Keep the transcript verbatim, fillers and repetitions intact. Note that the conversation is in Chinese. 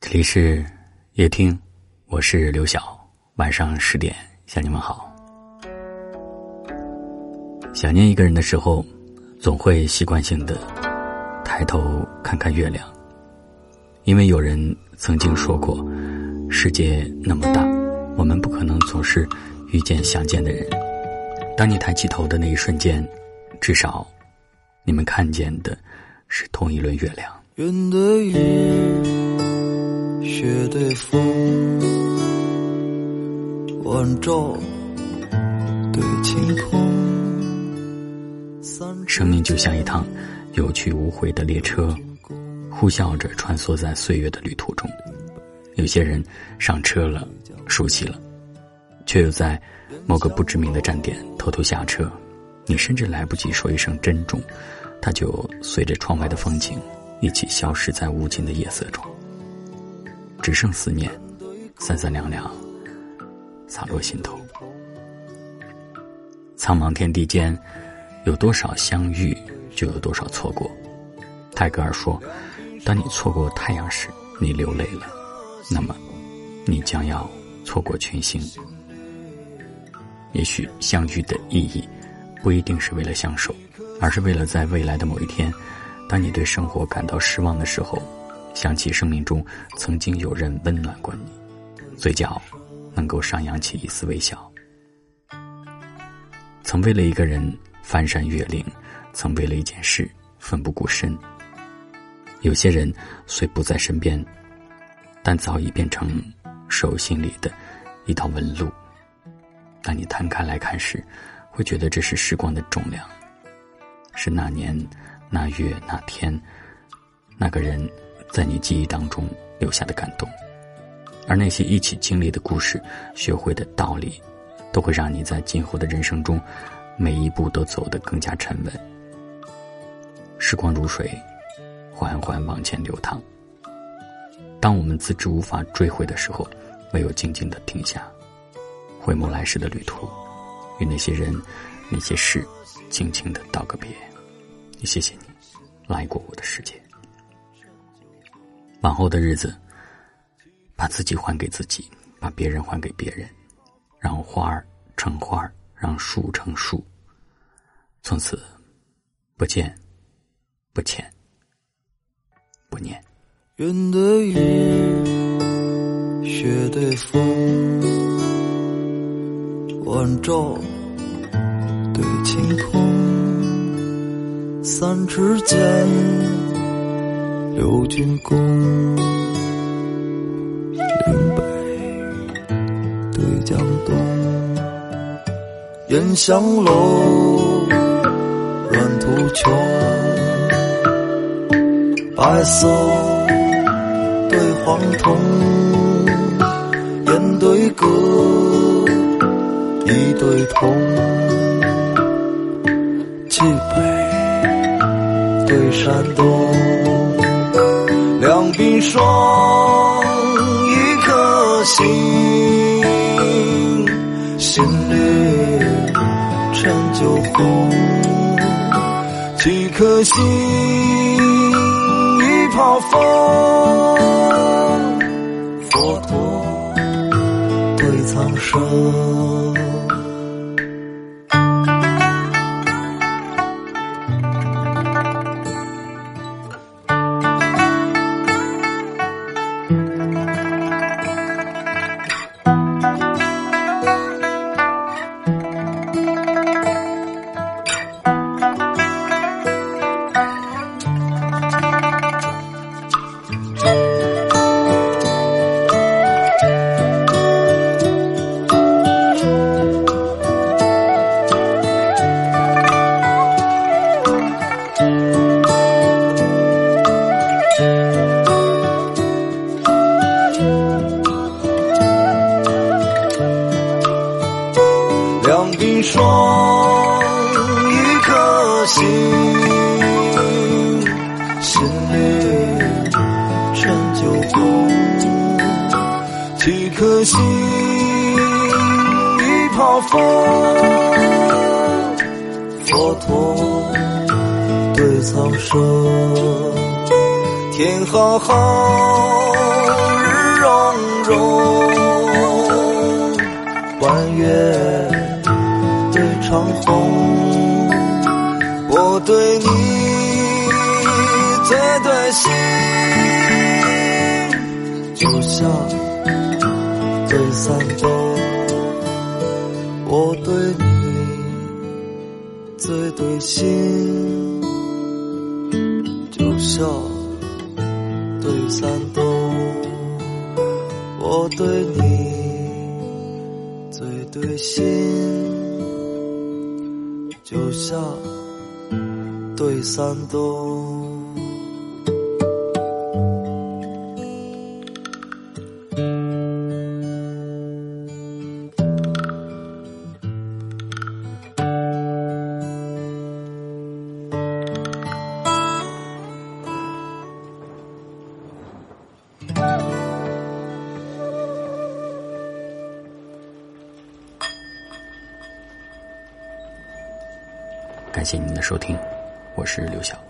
这里是夜听，我是刘晓，晚上十点向你们好。想念一个人的时候，总会习惯性的抬头看看月亮，因为有人曾经说过，世界那么大，我们不可能总是遇见想见的人。当你抬起头的那一瞬间，至少你们看见的是同一轮月亮。 云的雨，雪的风，晚照对晴空。 生命就像一趟有去无回的列车，呼啸着穿梭在岁月的旅途中。有些人上车了，熟悉了，却又在某个不知名的站点偷偷下车，你甚至来不及说一声珍重，它就随着窗外的风景一起消失在无尽的夜色中。只剩思念，三三两两洒落心头。苍茫天地间，有多少相遇，就有多少错过。泰戈尔说，当你错过太阳时，你流泪了，那么你将要错过群星。也许相遇的意义不一定是为了相守，而是为了在未来的某一天，当你对生活感到失望的时候，想起生命中曾经有人温暖过你，嘴角能够上扬起一丝微笑。曾为了一个人翻山越岭，曾为了一件事奋不顾身。有些人虽不在身边，但早已变成手心里的一道纹路。当你摊开来看时，会觉得这是时光的重量，是那年那月那天那个人在你记忆当中留下的感动。而那些一起经历的故事，学会的道理，都会让你在今后的人生中每一步都走得更加沉稳。时光如水，缓缓往前流淌。当我们自知无法追回的时候，唯有静静地停下，回眸来时的旅途，与那些人那些事轻轻地道个别。也谢谢你来过我的世界。往后的日子，把自己还给自己，把别人还给别人，让花儿成花儿，让树成树。从此不见不欠不念。 云的雨，雪的风，晚照对晴空。三尺剑，六军弓，岭北对江东。烟香楼，乱途穷，白色对黄铜，烟对歌，一对铜。冀北对山东，两鬓霜，一颗心，心里陈酒红。几颗心，一泡风，佛陀对苍生。两鬓霜，一颗心，心里陈酒红。几颗心，一泡风，佛陀对苍生。天浩浩， 的心，就像对山洞，我对你最对心，就像对山洞，我对你最对心，就像对山洞。 感谢您的收听，我是刘晓。